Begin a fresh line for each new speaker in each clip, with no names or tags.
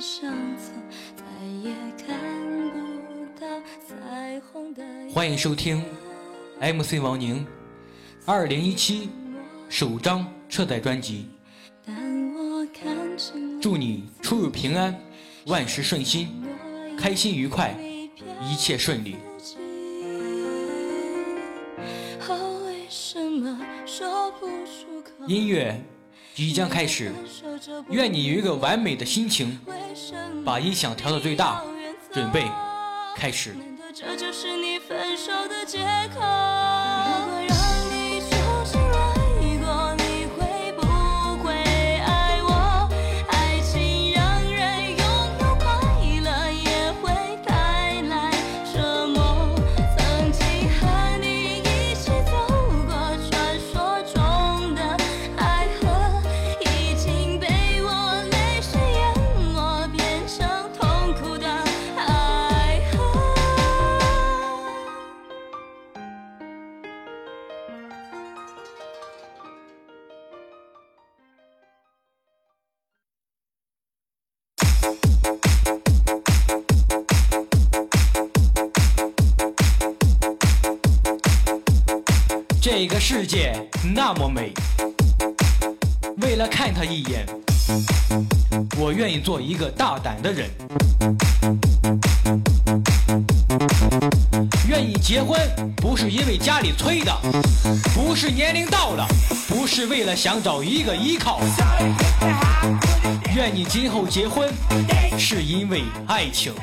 欢迎收听 MC 王宁2017首张车载专辑，祝你出入平安，万事顺心，开心愉快，一切顺利。音乐即将开始，愿你有一个完美的心情，把音响调到最大，准备开始。
这就是你分手的借口。如果让你重新来过，你会不会爱我？爱情让人拥有快乐，也会带来折磨。曾经和你一起走过传说中的爱河，已经被我泪水淹没，变成痛苦的爱河。
这个世界那么美，为了看它一眼，我愿意做一个大胆的人。愿意结婚，不是因为家里催的，不是年龄到了，不是为了想找一个依靠。愿你今后结婚，是因为爱情。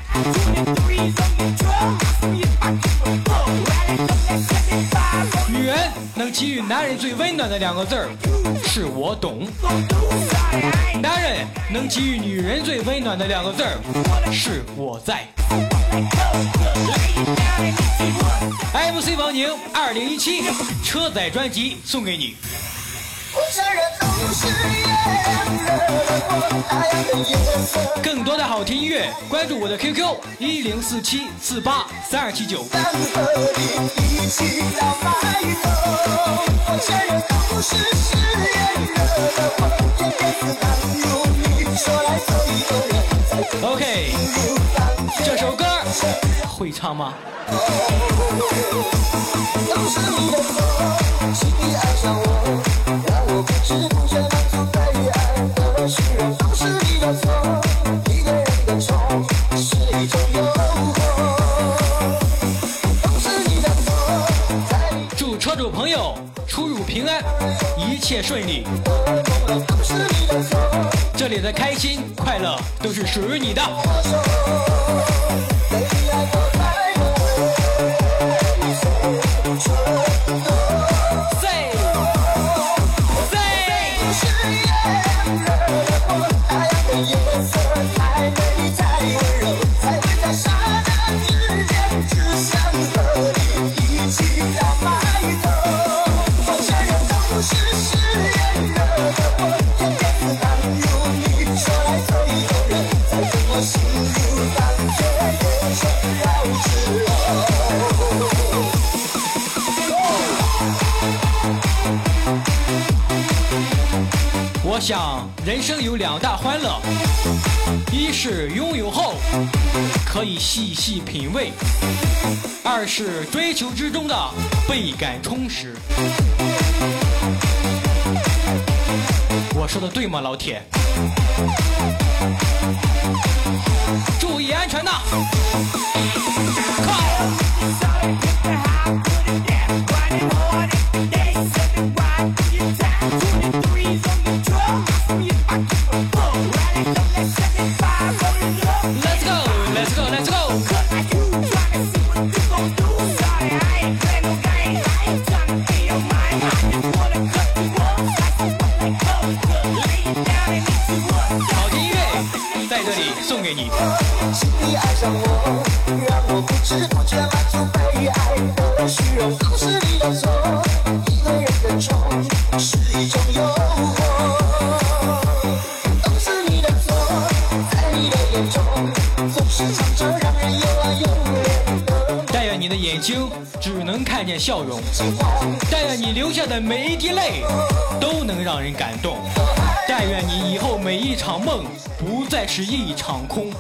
女人能给予男人最温暖的2个字儿，是我懂。男人能给予女人最温暖的2个字儿，是我在。MC 王宁2017车载专辑送给你。更多的好听音乐，关注我的 QQ 1047483279。OK， 这首歌会唱吗？都是你的错，轻易爱上我，让我不知不觉满足被爱的虚荣。都是你的错，一个人的宠是一种诱惑。都是你的错。祝车主朋友出入平安，一切顺利。都是你的错，这里的开心快乐都是属于你的。我想人生有2大欢乐，一是拥有后可以细细品味，2是追求之中的倍感充实。我说的对吗，老铁？注意安全呐！Let's go, let's go, let's go.好听音乐在这里送给你。轻易爱上我，让我不知不觉满足被爱的虚荣。都是你的错，一个人的宠是一种诱惑。都是你的错，在你的眼中总是藏着让人又爱又怜的。但愿你的眼睛只能看见笑容，但愿你流下的每一滴泪都能让人感动。
但愿你以后每一场梦不再是一场空。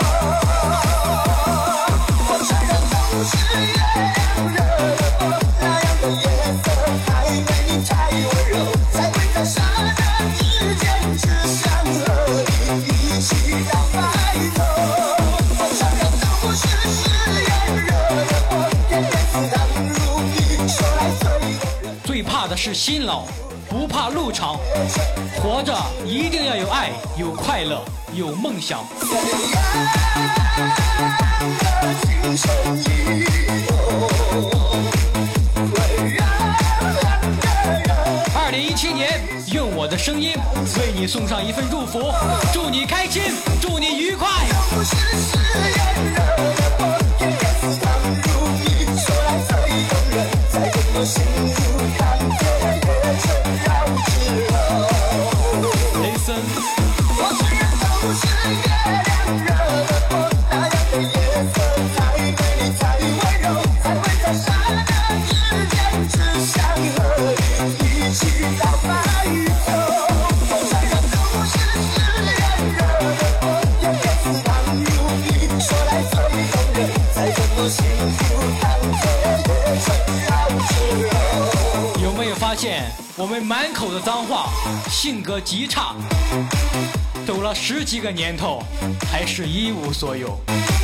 我承认都是月亮惹的祸，那样的夜色太美丽太温柔，才会在刹那之间只想和你一起到白头。我承认都是誓言惹的祸，偏偏似糖如蜜，说来最动人。
最怕的是心老，不怕路长。活着一定要有爱，有快乐，有梦想。2017年，用我的声音为你送上一份祝福，祝你开心，祝你愉快。
不是誓言惹的祸，偏偏似糖如蜜，说来最动人，在这个心如钢铁，越缠绕之后。
Listen，
我承认都是月亮惹的祸，那样的夜色太美丽太温柔，才会在刹那之间只想和你一起到白头。我承认都是誓言惹的祸，偏偏似糖如蜜，说来最动人，在这个心如钢铁，越缠绕之后。
有没有发现我们满口的脏话，性格极差，走了10几个年头，还是一无所有。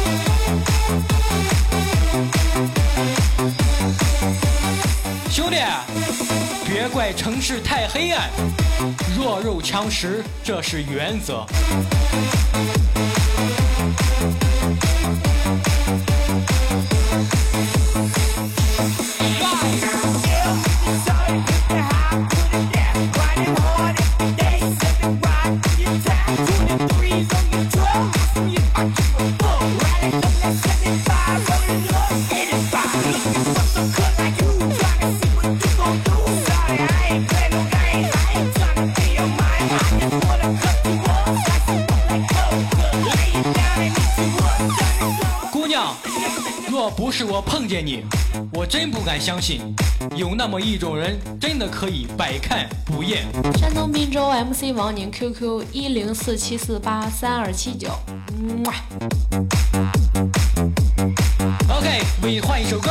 兄弟，别怪城市太黑暗，弱肉强食，这是原则。姑娘，若不是我碰见你，我真不敢相信，有那么一种人真的可以百看不厌。
山东滨州 MC 王宁 QQ 1047483279。
OK， 为你换一首歌，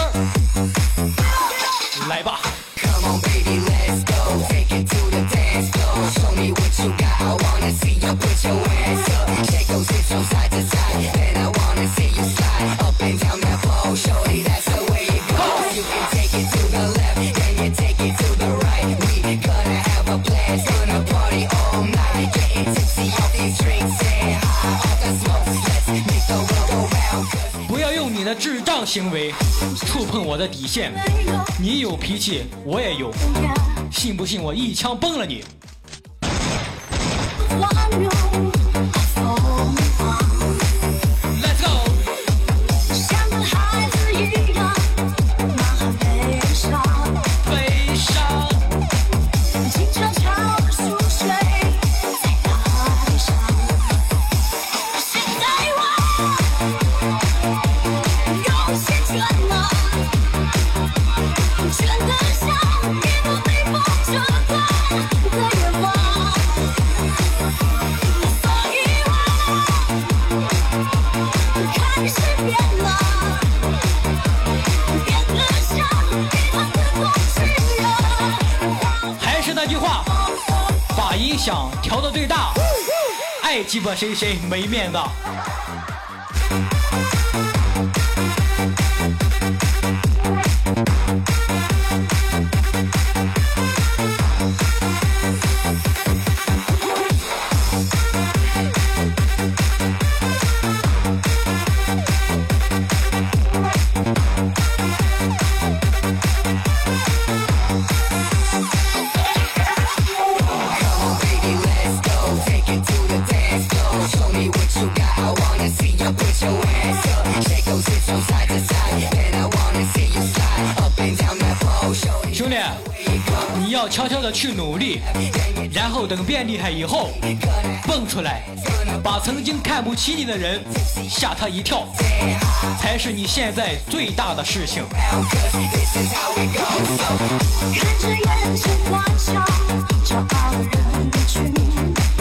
来吧。
Come on, baby, let's go. Take it to the dance floor. Show me what you got. I wanna see you put your hands up. Shake those hips from side to side. Then I wanna see you slide up and down that pole. Shorty, that's the way it goes. You can take it to the left, then you take it to the right. We gonna have a blast, gonna party all night. Getting tipsy off these drinks and high off the smoke. Let's make the world go round.
不要用你的智障行为触碰我的底线，你有脾气，我也有，信不信我一枪崩了你？Let's go！
像个孩子一样，满含悲伤，
悲伤。
经常悄然熟睡在海上。现在我有些倦了，倦得像一朵被风折断的野花。所以我开始变了，变得像地方的风之人。
还是那句话，把音响调到最大，爱鸡巴谁谁没面子。兄弟，你要悄悄的去努力，然后等变厉害以后，蹦出来，把曾经看不起你的人吓他一跳，才是你现在最大的事情。
看着眼前欢笑，骄傲的人群。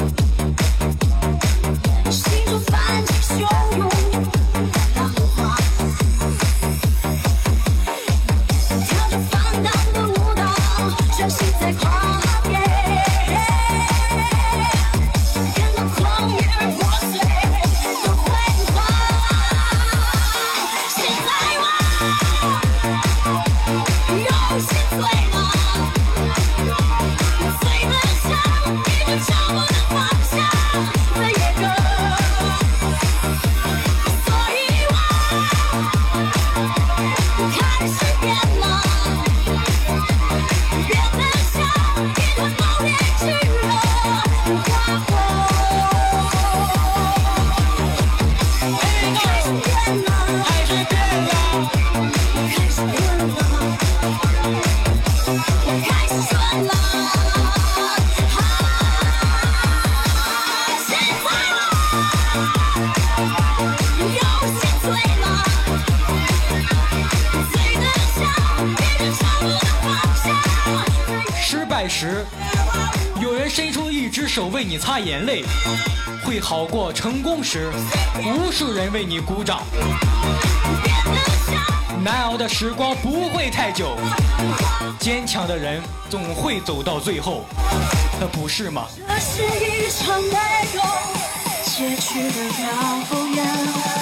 人伸出一只手为你擦眼泪，会好过成功时无数人为你鼓掌。难熬的时光不会太久，坚强的人总会走到最后，不是吗？
这是一场美梦，结局的遥远。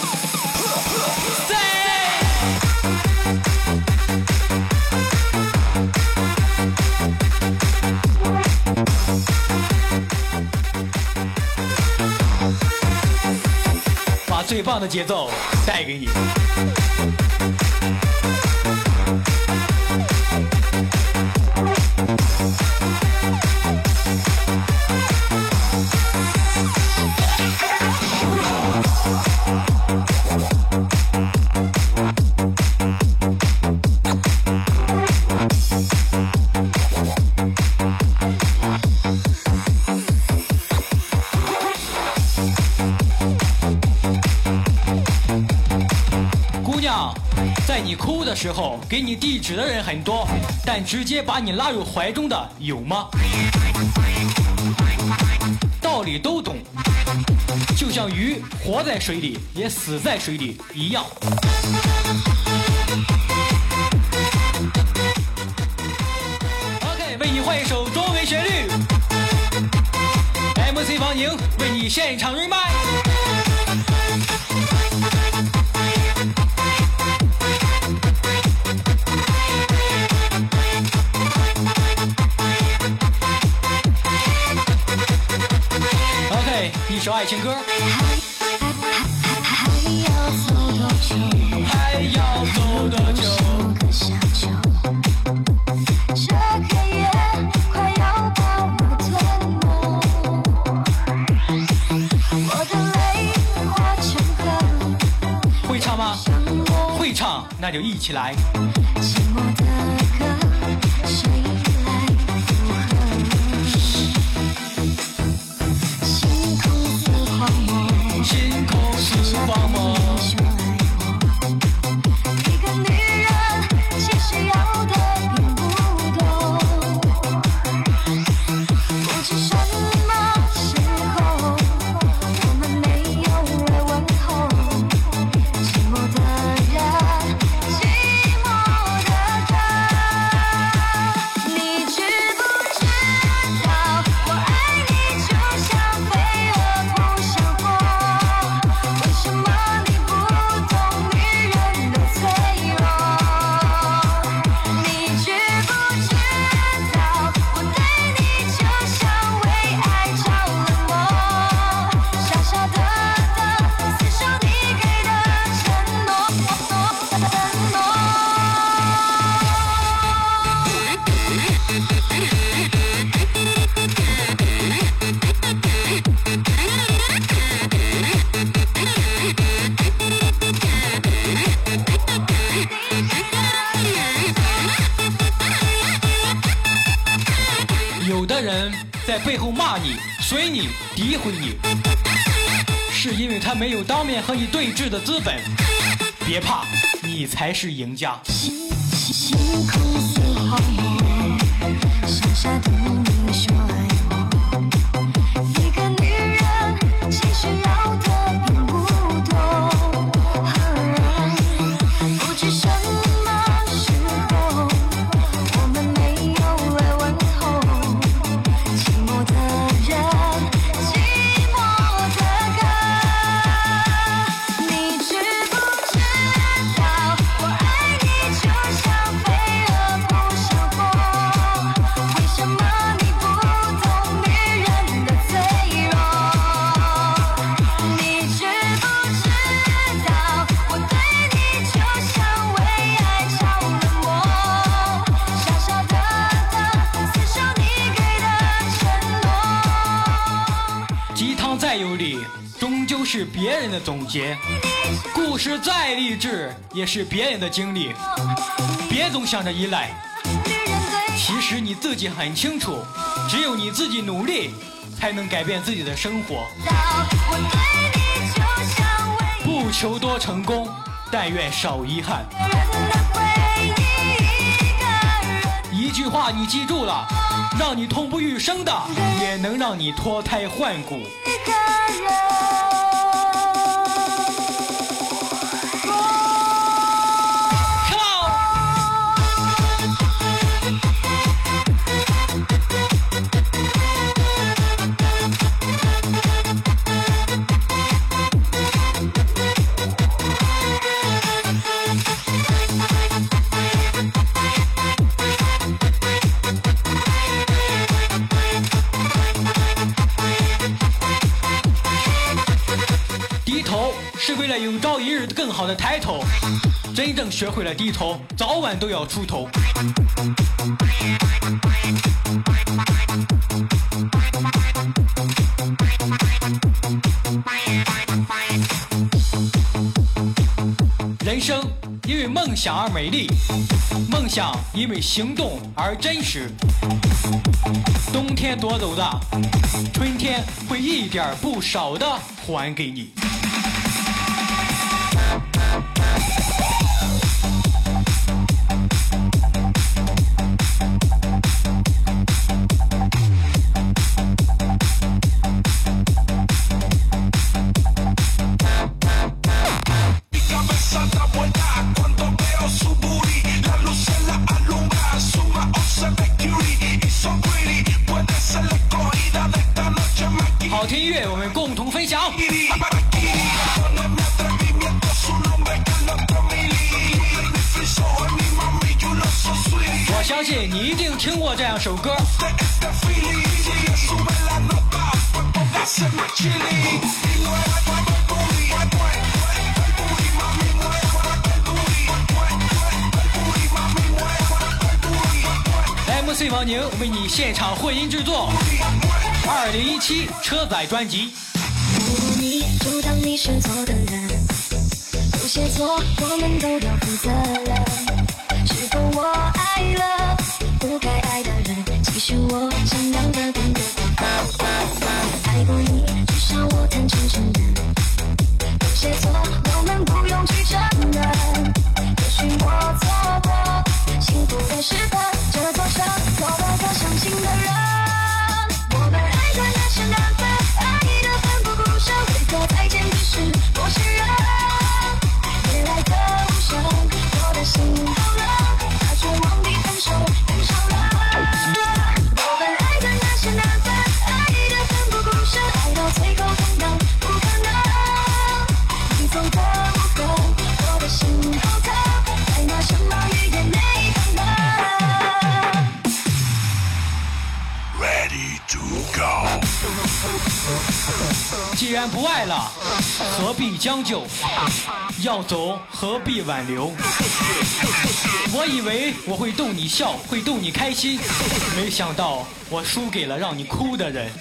把最棒的节奏带给你。在你哭的时候，给你地址的人很多，但直接把你拉入怀中的有吗？道理都懂，就像鱼活在水里也死在水里一样。OK， 为你换一首中文旋律。MC 王宁为你现场人麦。一首爱情歌。
还要走多久？
还要走多久？
个小酒，这个夜快要把我吞没。我的泪化成河。
会唱吗？会唱，那就一起来。
寂寞的歌，谁来附和？星空似荒漠，
星空似荒漠。
一个女人其实要的并不多，不知什么时候我们没有了问候。寂寞的人，寂寞的歌，你知不知道我爱你就像飞蛾扑向火？为什么你不懂女人的脆弱？你知不知道我对你就像为爱着了魔？傻傻的厮守你给的承诺。
有的人在背后骂你、随你、诋毁你，是因为他没有当面和你对峙的资本。别怕，你才是赢家。
星空似荒漠，傻傻的你说爱我。一个女人其实要的并不多，不知什么时候我们没有了问候。寂寞的人，寂寞的歌，你知不知道我爱你就像飞蛾扑向火？为什么你不懂女人的脆弱？你知不知道我对你就像为爱着了魔？傻傻的厮守你给的承诺。
鸡汤再有理，终究是别人的总结；故事再励志，也是别人的经历。别总想着依赖，其实你自己很清楚，只有你自己努力，才能改变自己的生活。
我对你就像为
不求多成功，但愿少遗憾。
人的回忆，一个人
一句话你记住了，让你痛不欲生的，也能让你脱胎换骨。是为了有朝一日更好的抬头，真正学会了低头，早晚都要出头。人生因为梦想而美丽，梦想因为行动而真实。冬天夺走的，春天会一点不少的还给你。好听音乐，我们共同分享。我相信你一定听过这样首歌。MC 王宁为你现场混音制作2017车载专辑。
如果你就当你是错的人，有些错我们都要负责任。是否我爱了不该爱的人，继续我想要的变得爱过你，至少我坦诚承认，有些错我们不用去承认。也许我错过幸福的时刻，这座城做了个伤心的人。我们爱的那些难分，爱的奋不顾身，为何再见只是陌生人？未来的无声，我的心好冷，把绝望比分手更伤人。我们爱的那些难分，爱的奋不顾身，爱到最后痛到不可能。你走的无痕，我的心好疼，在那什么语言没等等。
Ready to go。
既然不爱了，何必将就？要走何必挽留？我以为我会逗你笑，会逗你开心，没想到我输给了让你哭的人。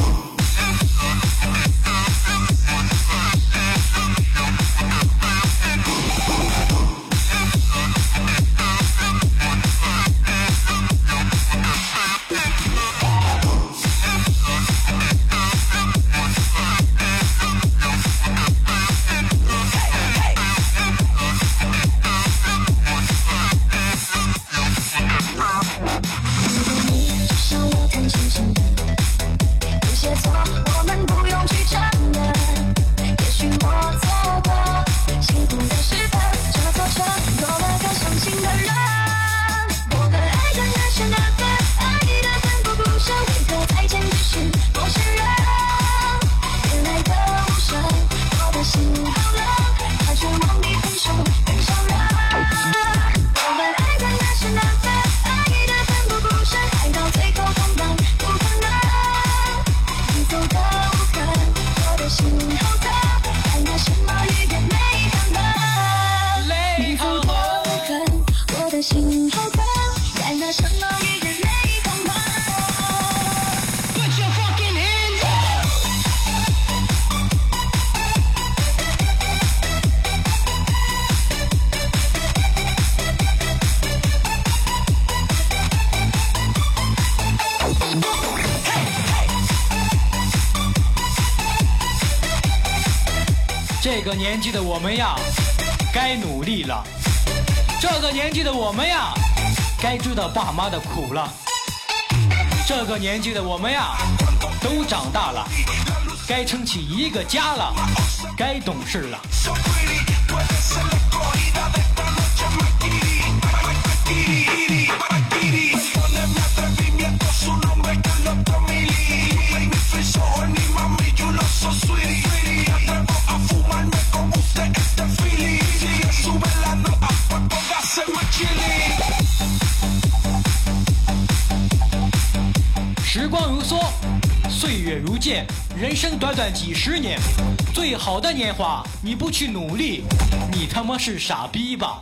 这个年纪的我们呀，该努力了。这个年纪的我们呀， 该知道爸妈的苦了。这个年纪的我们呀，都长大了，该撑起一个家了，该懂事了。时光如梭，岁月如箭，人生短短几十年，最好的年华，你不去努力，你他妈是傻逼吧！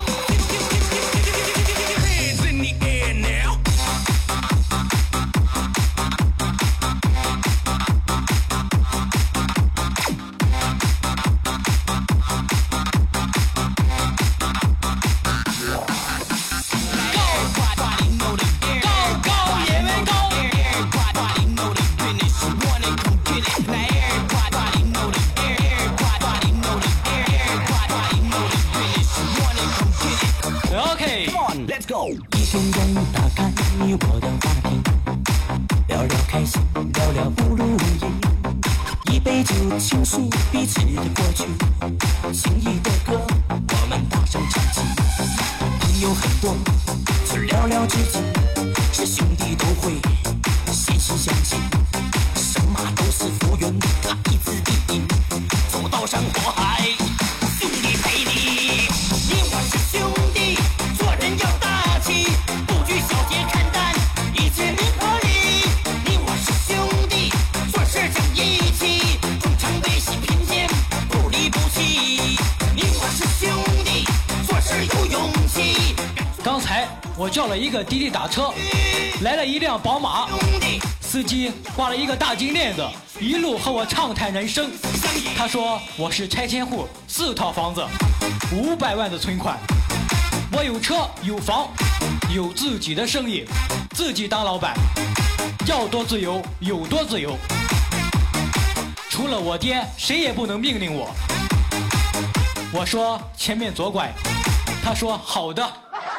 一个人打开你我的话题，聊聊开心，聊聊不如意，一杯酒倾诉彼此的过去，心仪的歌我们大声唱起，朋友很多，只聊聊知己，是兄弟都会惺惺相惜，什么都是浮云，他一字一音，走到山火海，兄弟陪你，你我是兄弟，做人要大气，不拘小节看淡，一切名和利。你我是兄弟，做事讲义气，中常悲喜贫贱，不离不弃。你我是兄弟，做事有勇气。
刚才我叫了一个滴滴打车，来了一辆宝马，司机挂了一个大金链子，一路和我畅谈人生。他说我是拆迁户，4套房子，500万的存款，我有车有房，有自己的生意，自己当老板，要多自由有多自由，除了我爹谁也不能命令我。我说前面左拐，他说好的。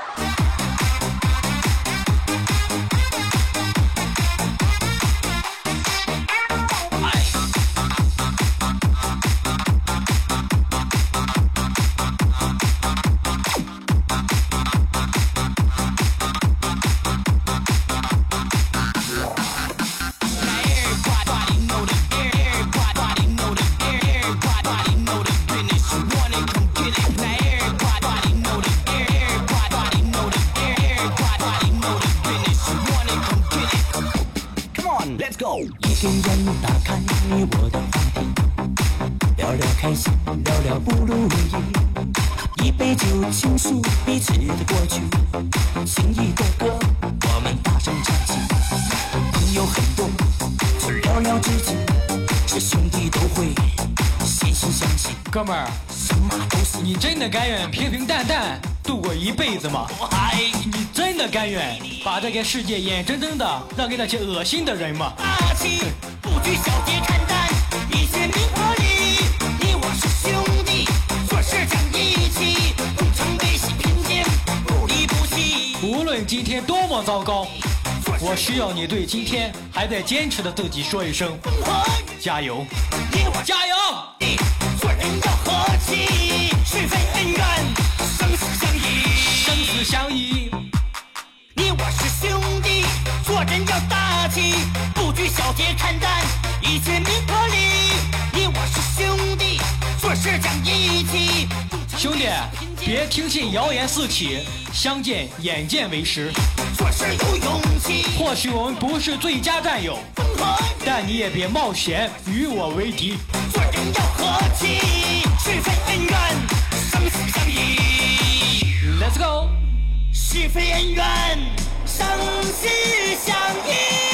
一个人打开你我的话题，聊聊开心，聊聊不如意，一杯酒倾诉彼此的过去，心仪的歌我们大声唱起，朋友很多，只聊聊知己，是兄弟都会惺惺相惜。
哥们儿，
什么都是
你真的甘愿平平淡淡度过一辈子吗？你真的甘愿把这个世界眼睁睁的让给那些恶心的人吗？
大气，不拘小节看淡，一切名和利。你我是兄弟，做事讲义气，中常悲喜贫贱，不离不弃。
无论今天多么糟糕，我需要你对今天还在坚持的自己说一声加油！加油！
做人要和气，是非恩怨，生死相依。
生死相依。
你我是兄弟，做人要大气，不拘小节看淡，一切名和利。你我是兄弟，做事讲义气。
兄弟，别听信谣言四起，相见眼见为实。
做事有勇气。
或许我们不是最佳战友，但你也别冒险与我为敌。
做人要和气，是非恩怨，生死相依。
Let's go！
是非恩怨，生死相依。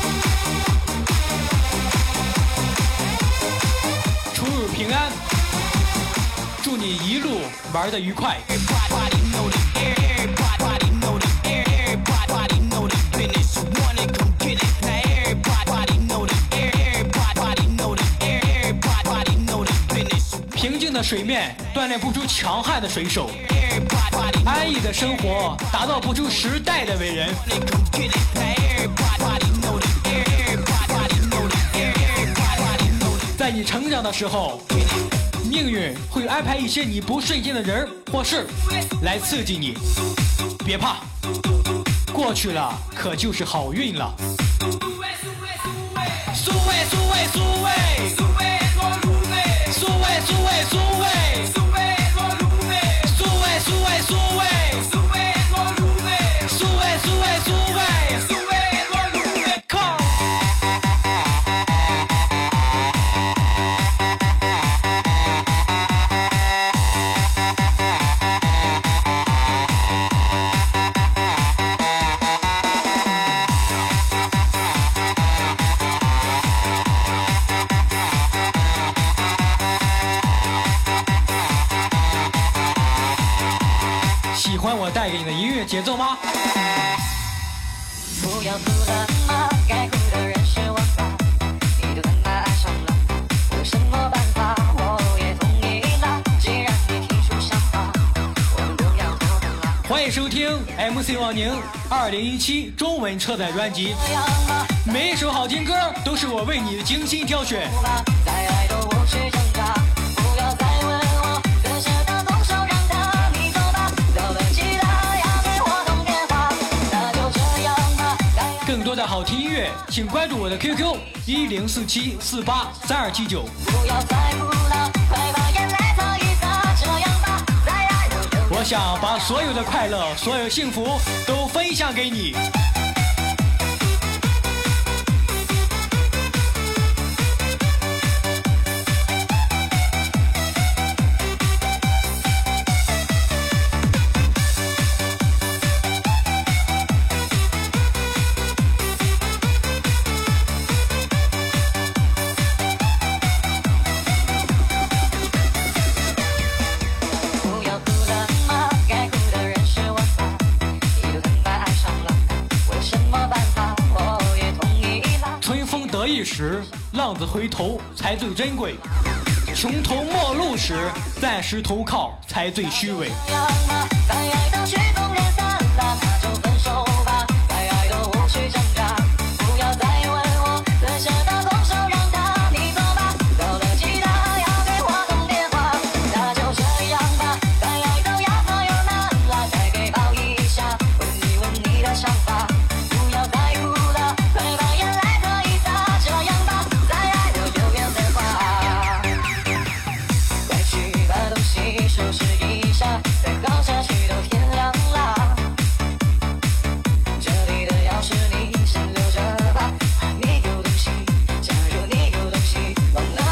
平安， 玩得愉快。平静的水面锻炼不出强悍的水手，安逸的生活打造不出时代的伟人。在你成长的时候，命运会安排一些你不顺心的人或事来刺激你，别怕，过去了可就是好运了。苏位苏位苏位苏位苏位苏位苏位苏位苏位苏位苏位苏位苏位，靠！喜欢我带给你的音乐节奏吗？
不要哭了吗？该哭的人是我吧？你都跟他爱上了，有什么办法？我也同意了。既然你提出想法，我们不要多等了。
欢迎收听 MC 王宁2017中文车载专辑，每一首好听歌都是我为你精心挑选。
在爱的无需挣扎，不要再问我，更舍得动手让他你走吧。到了记得要给我通电话，那就这样吧。
更多的好听音乐，请关注我的 QQ 1047483279。
不要再哭了，快把眼泪擦一擦，这样吧。在爱的
我想把所有的快乐、所有幸福都分享给你。
不要哭了吗？该哭的人是我吧？你都很快爱上了，我有什么办法？我也同意了。
春风得意时，浪子回头才最珍贵；穷途末路时，暂时投靠才最虚伪。
这样吧，在爱的曲终人散了，那就分手吧。在爱的无需挣扎，不要再问我，更舍得动手让他你走吧。到了记得要给我通电话，那就这样吧。在爱的要好有难了，再给抱一下，问一问你的想法。不要再哭了，快把眼泪擦一擦，这样吧。在爱的有缘的话，快去把东西收拾一下，再耗下去都天亮了。这里的钥匙你先留着吧，你有东西，假如你有东西忘了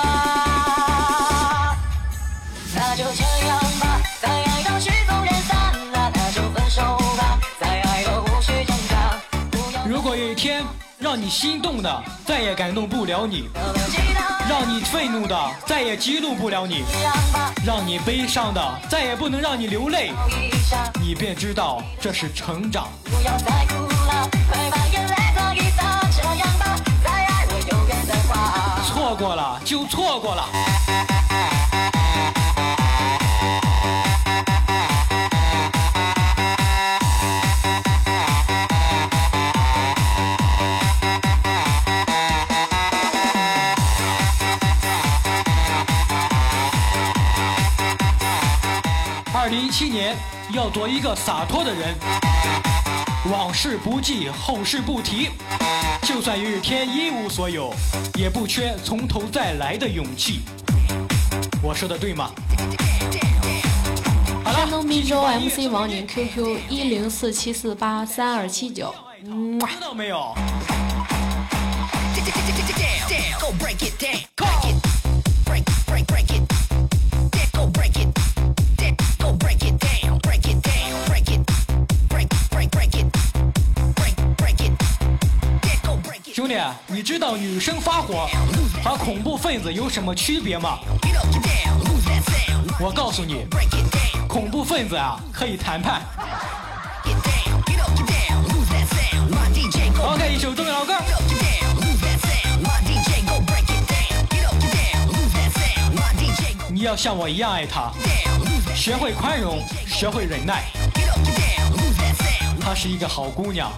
拿，那就这样吧。在爱的曲终人散了，那就分手吧。在爱的无需挣扎，不要
如果有一天让你心动的再也感动不了你，
到了记得
让你愤怒的再也激怒不了你，
这样吧。
让你悲伤的再也不能让你流泪，
抱一下，
你便知道这是成长。
不要再哭了，快把眼泪擦一擦，这样吧。在爱的有缘的话，
错过了就错过了。2017年要做一个洒脱的人，往事不记，后事不提。就算有一天一无所有，也不缺从头再来的勇气。我说的对吗？好了，
山东滨州 MC 王宁 QQ 1047483279。
知道没有？兄弟，你知道女生发火和恐怖分子有什么区别吗？ 我告诉你，恐怖分子啊可以谈判。OK， 一首中的老歌。你要像我一样爱他，学会宽容，学会忍耐。她是一个好姑娘。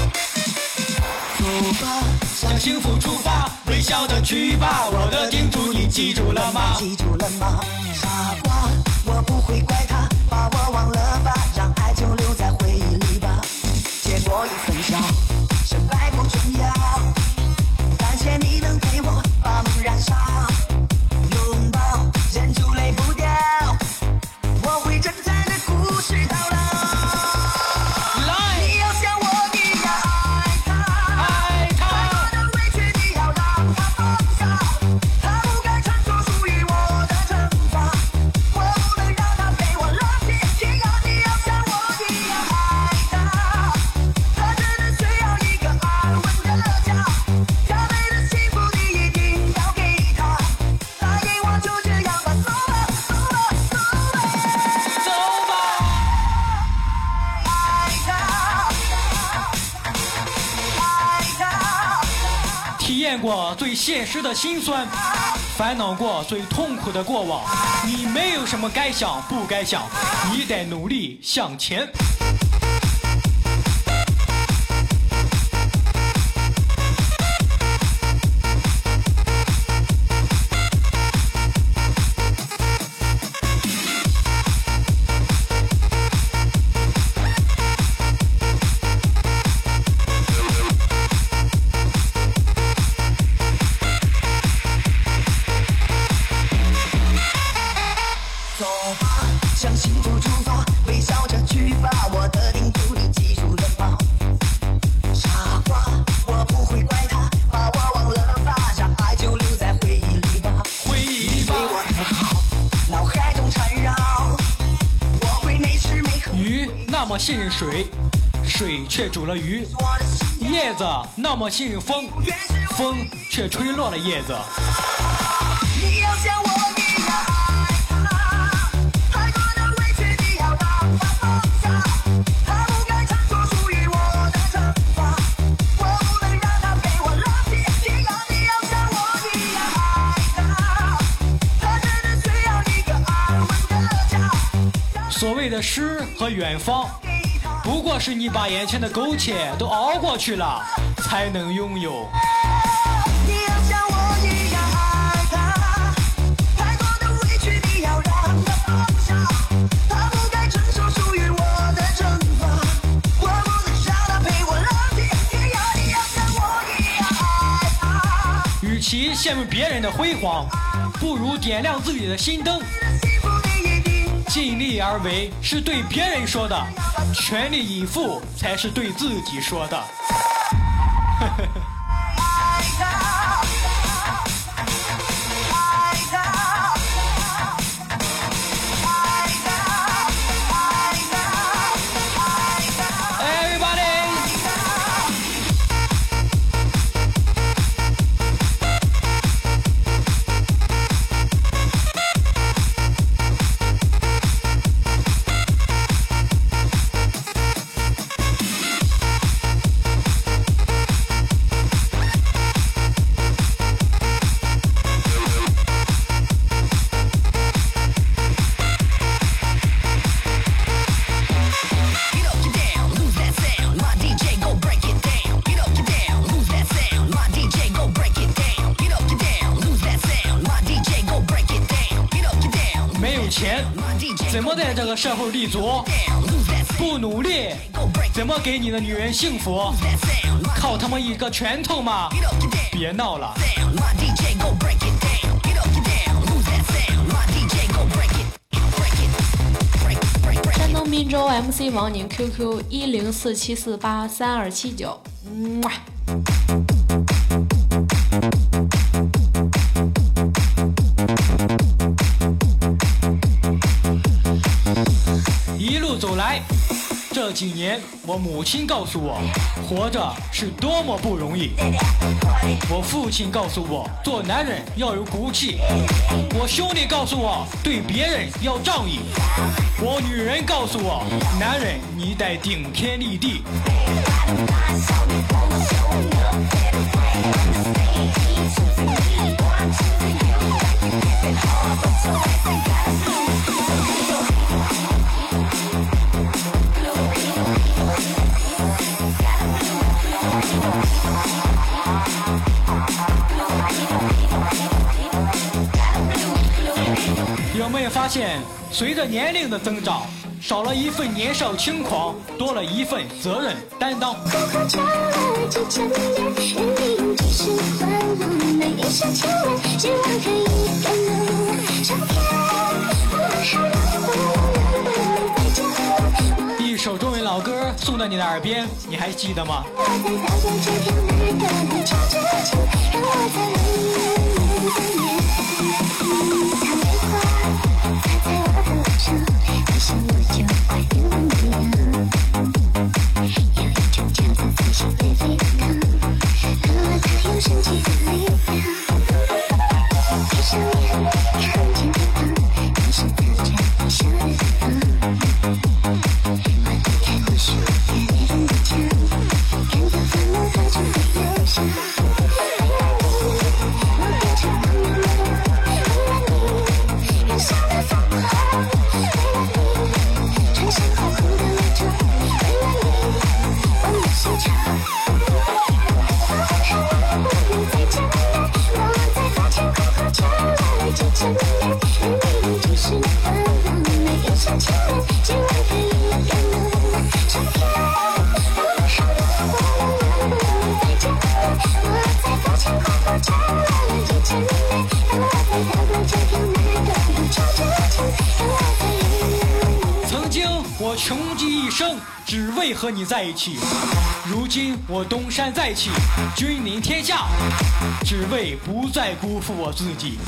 向幸福出发，微笑着去吧，我的叮嘱你记住了吗？
记住了吗？傻瓜，我不会怪他，把我忘了吧，让爱就留在回忆里吧。结果已分晓，胜败不重要，感谢你能陪我把梦燃烧，拥抱，忍住泪不掉，我会真诚的故事到老。你要像我一样爱他，太多的委屈你要让他放下，他不该承受属于我的惩罚，我不能让他陪我浪迹天涯。你要像我一样爱他，他真的需要一个安稳的家，加倍的幸福你一定要给他，答应我就这样吧，走吧走吧走吧
走吧。
爱他，爱他。
体验过最现实的辛酸，烦恼过最痛苦的过往，你没有什么该想不该想，你得努力向前。
走吧，向幸福出发，微笑着去吧，我的叮嘱你记住了吗？傻瓜，我不会怪他，把我忘了吧，让爱就留在回忆里吧。
回忆吧。
对我的好，脑海中缠绕，我会每时每刻
鱼那么信任水，水却煮了鱼；
我的心
叶子那么信任风，风却吹落了叶子。
你要像我一样爱他，太多的委屈你要让他放下，他不该承受属于我的惩罚，我不能让他陪我浪迹天涯。你要像我一样爱他，他真的需要一个安稳的家。
所谓的诗和远方，不过是你把眼前的苟且都熬过去了，才能拥有。
你要像我一样爱他，太多的委屈你要让他放下，他不该承受属于我的惩罚，我不能让他陪我浪迹天涯。你要像我一样爱他，
与其羡慕别人的辉煌，不如点亮自己的心灯。
幸福你一定
尽力而为是对别人说的，全力以赴才是对自己说的。
爱他，爱他，爱他，爱他。
Everybody， 没有钱，怎么在这个社会立足？不努力，怎么给你的女人幸福？靠他妈一个拳头吗？别闹了。
山东滨州 MC 王宁 QQ 1047483279。
一路走来， 这几年，我母亲告诉我，活着是多么不容易；我父亲告诉我，做男人要有骨气；我兄弟告诉我，对别人要仗义；我女人告诉我，男人你得顶天立地。有没有发现，随着年龄的增长，少了一份年少轻狂，多了一份责任担当。一首中文老歌送到你的耳边，你还记得吗？曾经我穷极一生，只为和你在一起；如今我东山再起，君临天下，只为不再辜负我自己。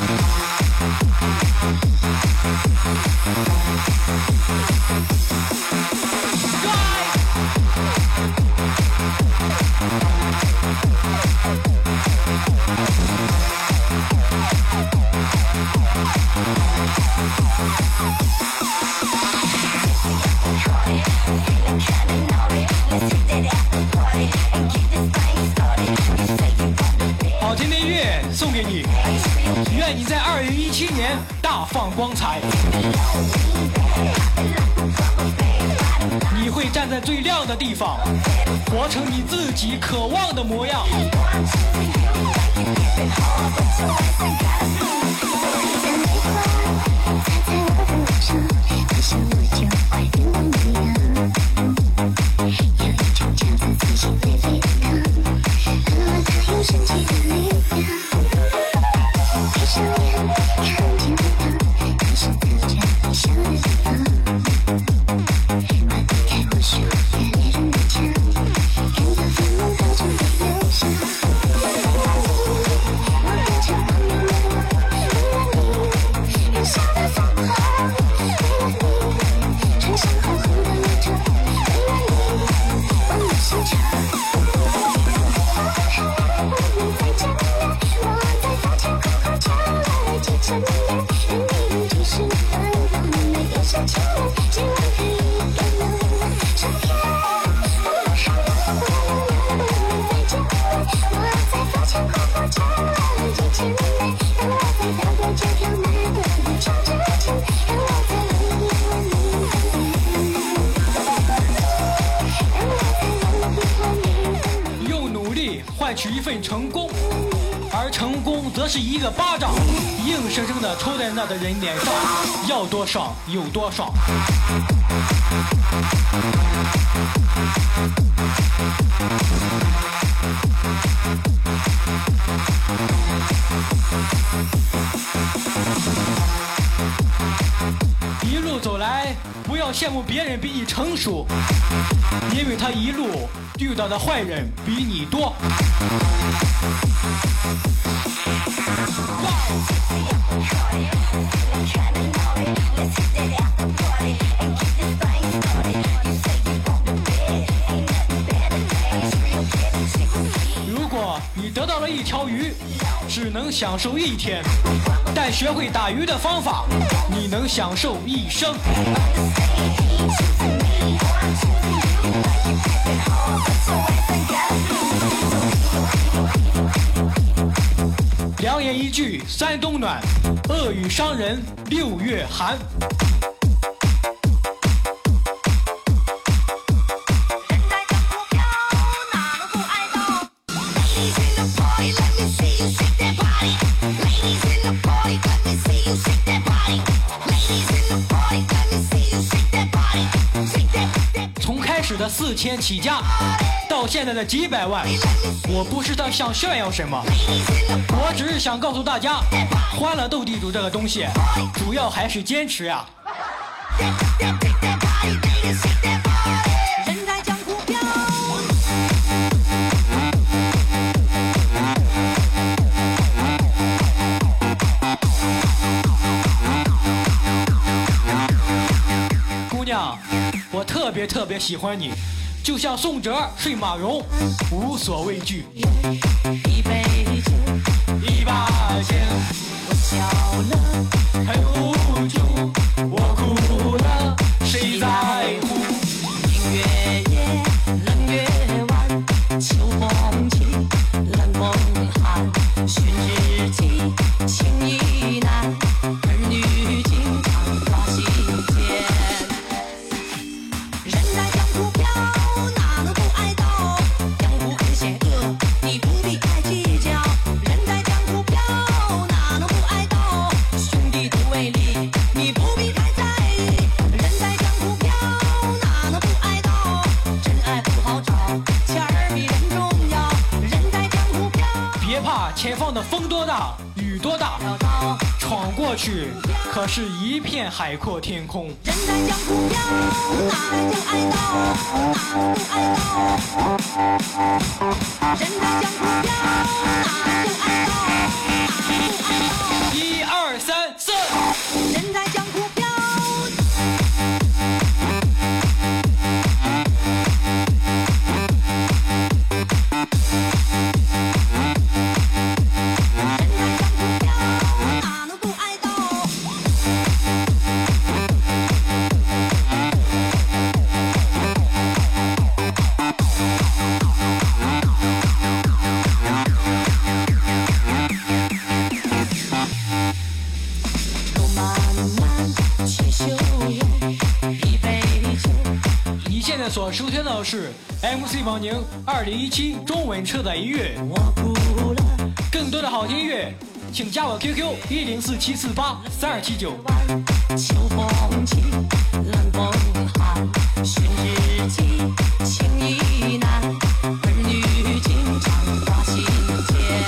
好听的音乐送给你，愿你在2017年大放光彩。你会站在最亮的地方，活成你自己渴望的模样。用努力换取一份成功，而成功则是一个巴掌，硬生生地抽在那的人脸上，要多爽有多爽。一路走来，不要羡慕别人比你成熟，因为他一路遇到的坏人比你多。 一条鱼只能享受一天，但学会打鱼的方法，你能享受一生。良言一句三冬暖，恶语伤人6月寒。从开始的4000起家，到现在的几百万，我不是在想炫耀什么，我只是想告诉大家，欢乐斗地主这个东西，主要还是坚持呀。
人在江湖飘。
姑娘，我特别喜欢你，就像宋哲睡马蓉，无所畏惧。
一杯酒，
一把剑，
我笑了，
很无助，我哭了，谁在乎？
明月夜，冷月晚，秋风起，冷风寒，寻知己，情意难，儿女情长挂心间。人在江湖飘，哪能不挨刀？江湖很险恶，你不必太计较。人在江湖飘，哪能不挨刀？兄弟都为利，你不必太在意。人在江湖飘，哪能不挨刀？真爱不好找，钱儿比人重要。人在江湖飘，
别怕前方的风多大，雨多大，
找到。
闯过去可是一片海阔天空。
人在江湖飘，哪能不挨刀？哪能不挨刀？人在江湖飘，哪能不挨刀？哪能不挨刀
1、2、3、4。
人在江湖飘。人在江湖飘，哪能不挨刀？路漫漫去修远，一杯酒。
你现在所收听到的是 MC 王宁2017中文车载音乐，
我哭了，
更多的好听音乐，请加我 QQ1047483279。
秋风起，冷风寒，寻知己，情意难，儿女情长挂心间。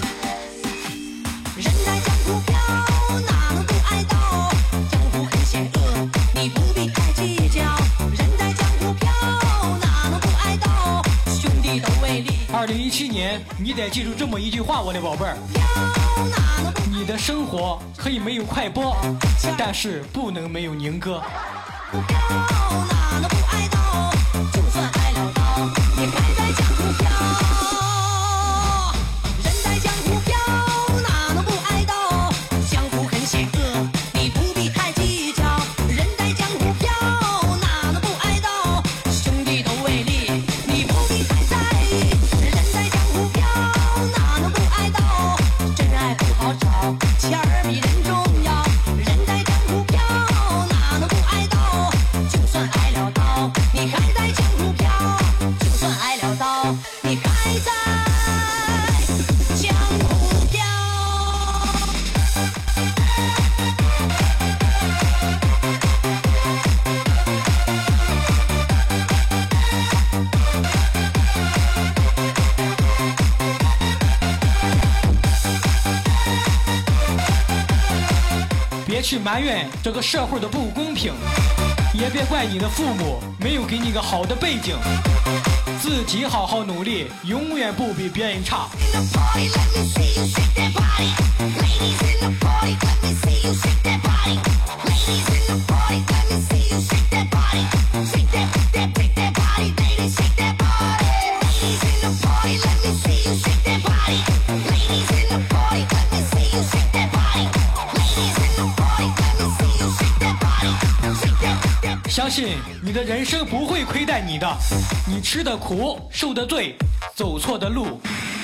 人在江湖飘，哪能不挨刀？江湖很险恶，你不必太计较。人在江湖飘，哪能不挨刀？兄弟都为利。
2017年，你得记住这么一句话，我的宝贝儿。
飘，哪能不
你的生活可以没有快播，但是不能没有宁哥。
飘，哪能不挨刀？就算挨了刀，也还在江湖飘。人在江湖飘，哪能不挨刀？江湖很险恶，你不必太计较。人在江湖飘，哪能不挨刀？兄弟都为利，你不必太在意。人在江湖飘，哪能不挨刀？真爱不好找，钱儿比人重要。人在江湖飘，哪能不挨刀？就算挨了刀，你还在江湖飘。就算挨了刀，你还在江湖飘。
别去埋怨这个社会的不公平，也别怪你的父母没有给你个好的背景，自己好好努力，永远不比别人差。
Ladies in the party, let me see you shake that body.
相信你的人生不会亏待你的，你吃的苦，受的罪，走错的路，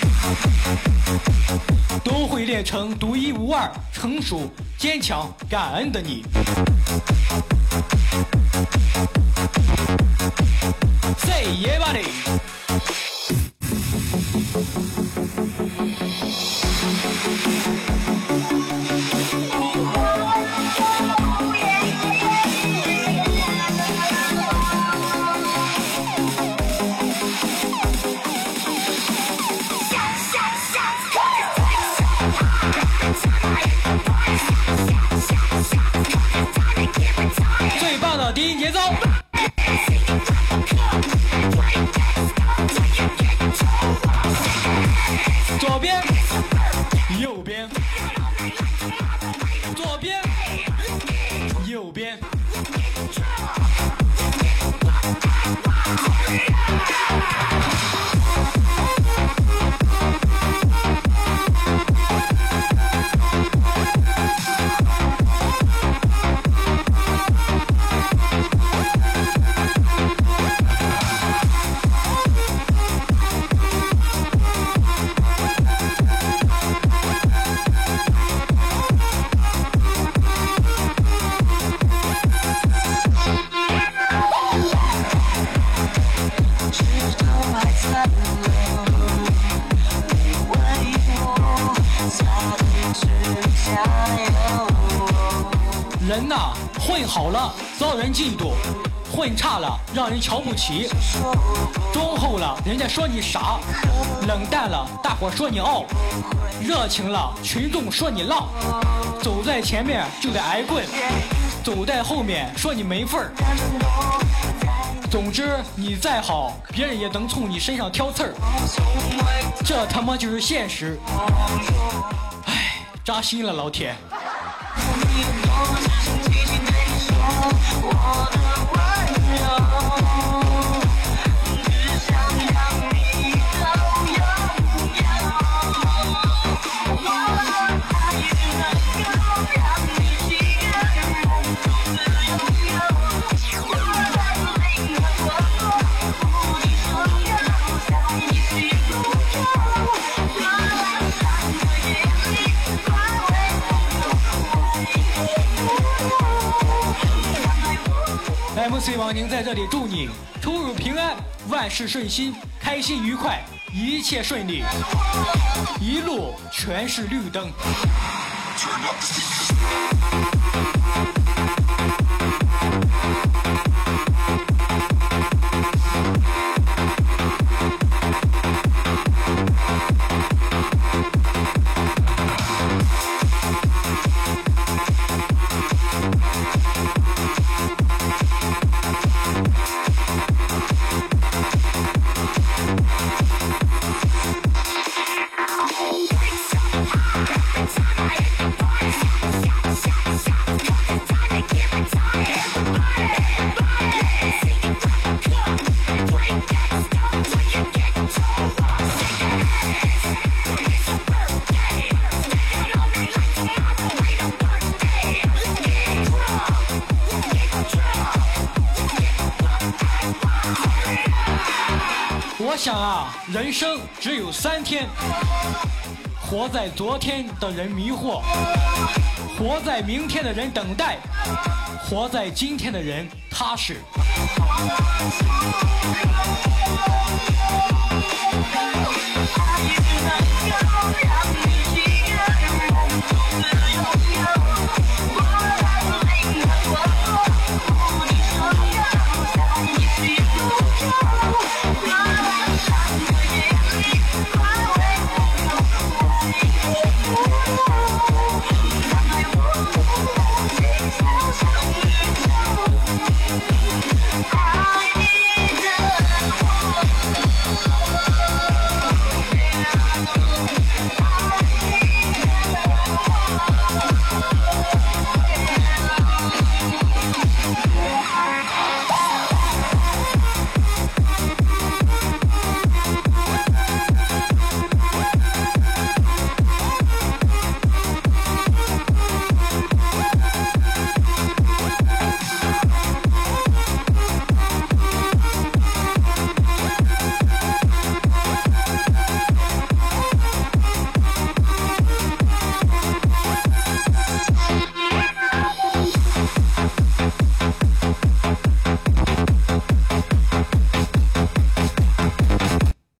都会练成独一无二、成熟、坚强、感恩的你。Say yeah, buddy。最棒的低音节奏。左边，右边，左边，右边。人呐，混好了遭人嫉妒，混差了让人瞧不起，忠厚了人家说你傻，冷淡了大伙说你傲，热情了群众说你浪，走在前面就得挨棍，走在后面说你没份儿。总之你再好，别人也能从你身上挑刺儿，这他妈就是现实。唉，扎心了老铁。MC 王宁在这里祝你出入平安，万事顺心，开心愉快，一切顺利，一路全是绿灯。我想啊，人生只有3天，活在昨天的人迷惑，活在明天的人等待，活在今天的人踏实。
我